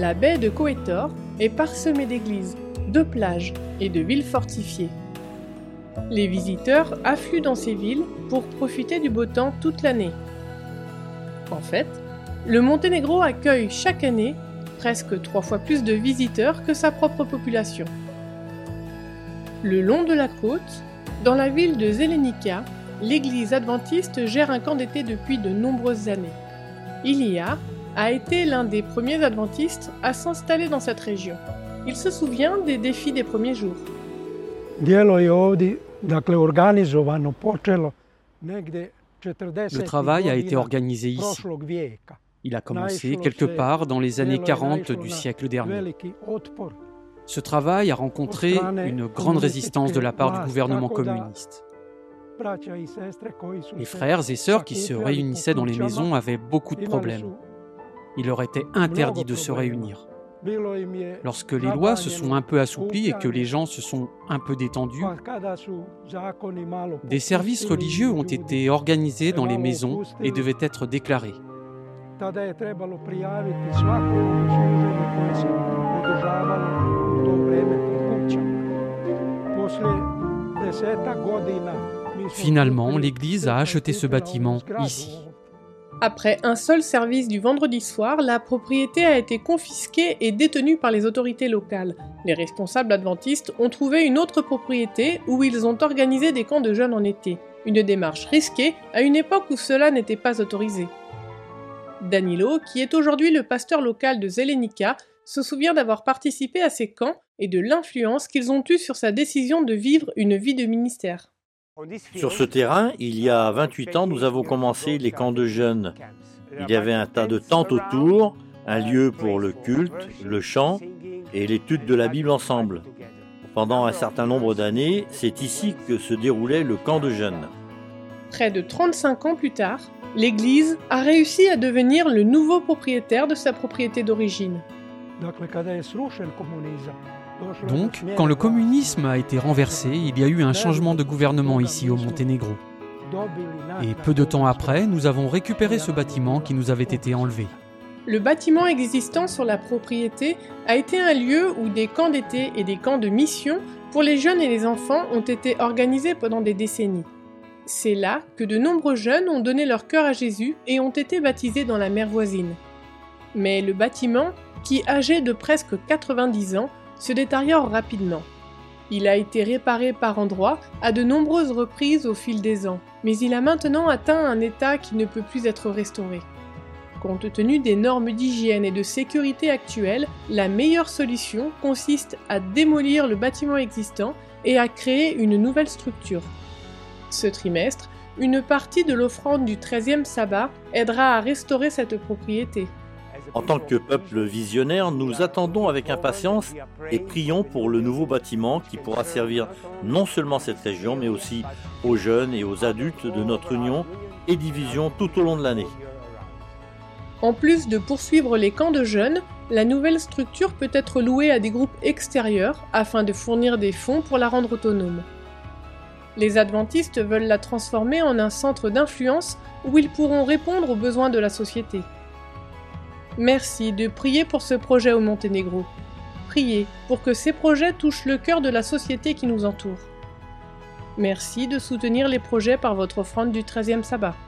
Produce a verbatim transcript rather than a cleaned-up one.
La baie de Coetor est parsemée d'églises, de plages et de villes fortifiées. Les visiteurs affluent dans ces villes pour profiter du beau temps toute l'année. En fait, le Monténégro accueille chaque année presque trois fois plus de visiteurs que sa propre population. Le long de la côte, dans la ville de Zelenica, l'église adventiste gère un camp d'été depuis de nombreuses années. Ilia a été l'un des premiers adventistes à s'installer dans cette région. Il se souvient des défis des premiers jours. Le travail a été organisé ici. Il a commencé quelque part dans les années quarante du siècle dernier. Ce travail a rencontré une grande résistance de la part du gouvernement communiste. Les frères et sœurs qui se réunissaient dans les maisons avaient beaucoup de problèmes. Il leur était interdit de se réunir. Lorsque les lois se sont un peu assouplies et que les gens se sont un peu détendus, des services religieux ont été organisés dans les maisons et devaient être déclarés. Finalement, l'Église a acheté ce bâtiment ici. Après un seul service du vendredi soir, la propriété a été confisquée et détenue par les autorités locales. Les responsables adventistes ont trouvé une autre propriété où ils ont organisé des camps de jeunes en été. Une démarche risquée à une époque où cela n'était pas autorisé. Danilo, qui est aujourd'hui le pasteur local de Zelenica, se souvient d'avoir participé à ces camps et de l'influence qu'ils ont eue sur sa décision de vivre une vie de ministère. Sur ce terrain, il y a vingt-huit ans, nous avons commencé les camps de jeunes. Il y avait un tas de tentes autour, un lieu pour le culte, le chant et l'étude de la Bible ensemble. Pendant un certain nombre d'années, c'est ici que se déroulait le camp de jeunes. Près de trente-cinq ans plus tard, l'Église a réussi à devenir le nouveau propriétaire de sa propriété d'origine. Donc, quand le communisme a été renversé, il y a eu un changement de gouvernement ici au Monténégro. Et peu de temps après, nous avons récupéré ce bâtiment qui nous avait été enlevé. Le bâtiment existant sur la propriété a été un lieu où des camps d'été et des camps de mission pour les jeunes et les enfants ont été organisés pendant des décennies. C'est là que de nombreux jeunes ont donné leur cœur à Jésus et ont été baptisés dans la mer voisine. Mais le bâtiment, qui âgé de presque quatre-vingt-dix ans, se détériore rapidement. Il a été réparé par endroits à de nombreuses reprises au fil des ans, mais il a maintenant atteint un état qui ne peut plus être restauré. Compte tenu des normes d'hygiène et de sécurité actuelles, la meilleure solution consiste à démolir le bâtiment existant et à créer une nouvelle structure. Ce trimestre, une partie de l'offrande du treizième sabbat aidera à restaurer cette propriété. En tant que peuple visionnaire, nous attendons avec impatience et prions pour le nouveau bâtiment qui pourra servir non seulement cette région, mais aussi aux jeunes et aux adultes de notre union et division tout au long de l'année. En plus de poursuivre les camps de jeunes, la nouvelle structure peut être louée à des groupes extérieurs afin de fournir des fonds pour la rendre autonome. Les adventistes veulent la transformer en un centre d'influence où ils pourront répondre aux besoins de la société. Merci de prier pour ce projet au Monténégro. Priez pour que ces projets touchent le cœur de la société qui nous entoure. Merci de soutenir les projets par votre offrande du treizième sabbat.